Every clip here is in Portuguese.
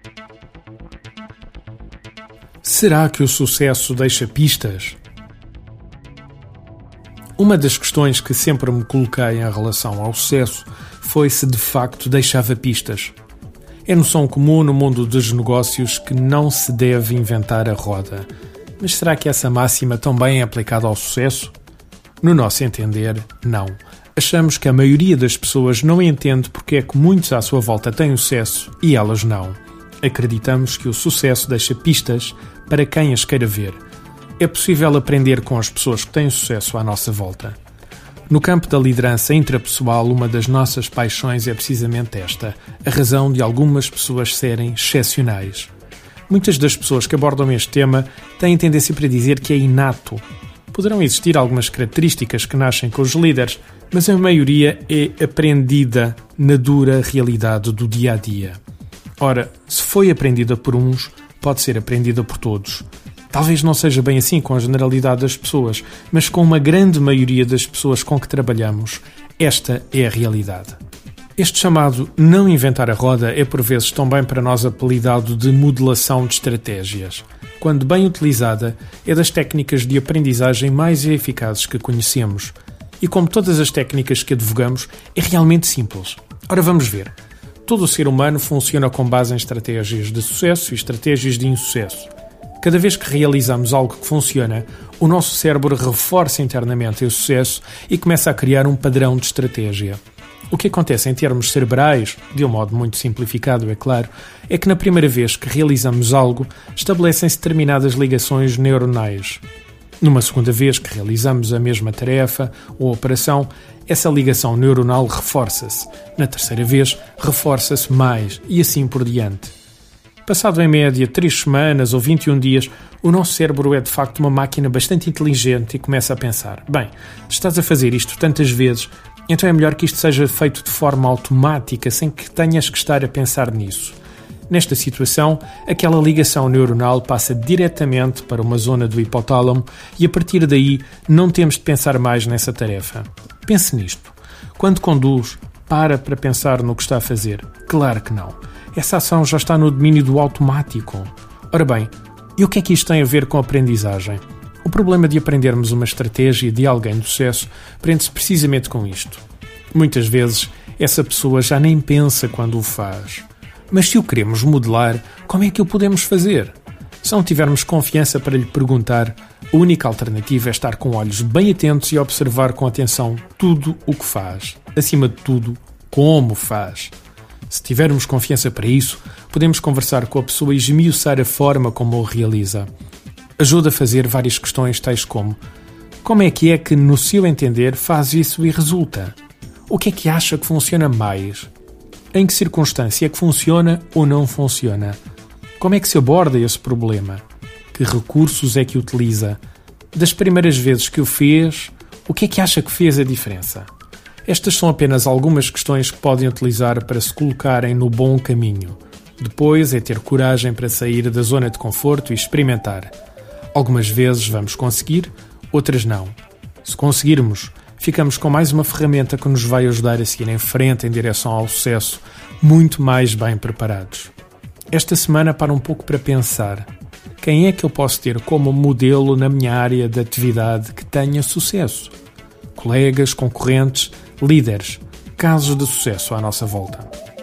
Será que o sucesso deixa pistas? Uma das questões que sempre me coloquei em relação ao sucesso foi se de facto deixava pistas. É noção comum no mundo dos negócios que não se deve inventar a roda. Mas será que essa máxima também é aplicada ao sucesso? No nosso entender, não. Achamos que a maioria das pessoas não entende porque é que muitos à sua volta têm sucesso e elas não. Acreditamos que o sucesso deixa pistas para quem as queira ver. É possível aprender com as pessoas que têm sucesso à nossa volta. No campo da liderança intrapessoal, uma das nossas paixões é precisamente esta, a razão de algumas pessoas serem excepcionais. Muitas das pessoas que abordam este tema têm tendência para dizer que é inato. Poderão existir algumas características que nascem com os líderes, mas a maioria é aprendida na dura realidade do dia-a-dia. Ora, se foi aprendida por uns, pode ser aprendida por todos. Talvez não seja bem assim com a generalidade das pessoas, mas com uma grande maioria das pessoas com que trabalhamos, esta é a realidade. Este chamado não inventar a roda é por vezes também para nós apelidado de modelação de estratégias. Quando bem utilizada, é das técnicas de aprendizagem mais eficazes que conhecemos. E como todas as técnicas que advogamos, é realmente simples. Ora, vamos ver. Todo o ser humano funciona com base em estratégias de sucesso e estratégias de insucesso. Cada vez que realizamos algo que funciona, o nosso cérebro reforça internamente esse sucesso e começa a criar um padrão de estratégia. O que acontece em termos cerebrais, de um modo muito simplificado, é claro, é que na primeira vez que realizamos algo, estabelecem-se determinadas ligações neuronais. Numa segunda vez que realizamos a mesma tarefa ou operação, essa ligação neuronal reforça-se. Na terceira vez, reforça-se mais e assim por diante. Passado em média 3 semanas ou 21 dias, o nosso cérebro é de facto uma máquina bastante inteligente e começa a pensar: bem, estás a fazer isto tantas vezes, então é melhor que isto seja feito de forma automática, sem que tenhas que estar a pensar nisso. Nesta situação, aquela ligação neuronal passa diretamente para uma zona do hipotálamo e a partir daí não temos de pensar mais nessa tarefa. Pense nisto. Quando conduz, para pensar no que está a fazer? Claro que não. Essa ação já está no domínio do automático. Ora bem, e o que é que isto tem a ver com a aprendizagem? O problema de aprendermos uma estratégia de alguém de sucesso prende-se precisamente com isto. Muitas vezes, essa pessoa já nem pensa quando o faz. Mas se o queremos modelar, como é que o podemos fazer? Se não tivermos confiança para lhe perguntar, a única alternativa é estar com olhos bem atentos e observar com atenção tudo o que faz. Acima de tudo, como faz. Se tivermos confiança para isso, podemos conversar com a pessoa e esmiuçar a forma como o realiza. Ajuda a fazer várias questões tais como: como é que, no seu entender, faz isso e resulta? O que é que acha que funciona mais? Em que circunstância é que funciona ou não funciona? Como é que se aborda esse problema? Que recursos é que utiliza? Das primeiras vezes que o fez, o que é que acha que fez a diferença? Estas são apenas algumas questões que podem utilizar para se colocarem no bom caminho. Depois é ter coragem para sair da zona de conforto e experimentar. Algumas vezes vamos conseguir, outras não. Se conseguirmos, ficamos com mais uma ferramenta que nos vai ajudar a seguir em frente em direção ao sucesso, muito mais bem preparados. Esta semana para um pouco para pensar: quem é que eu posso ter como modelo na minha área de atividade que tenha sucesso? Colegas, concorrentes, líderes, casos de sucesso à nossa volta.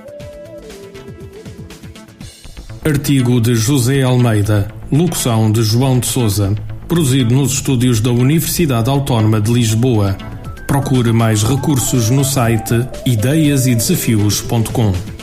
Artigo de José Almeida, locução de João de Sousa, produzido nos estúdios da Universidade Autónoma de Lisboa. Procure mais recursos no site ideiasedesafios.com.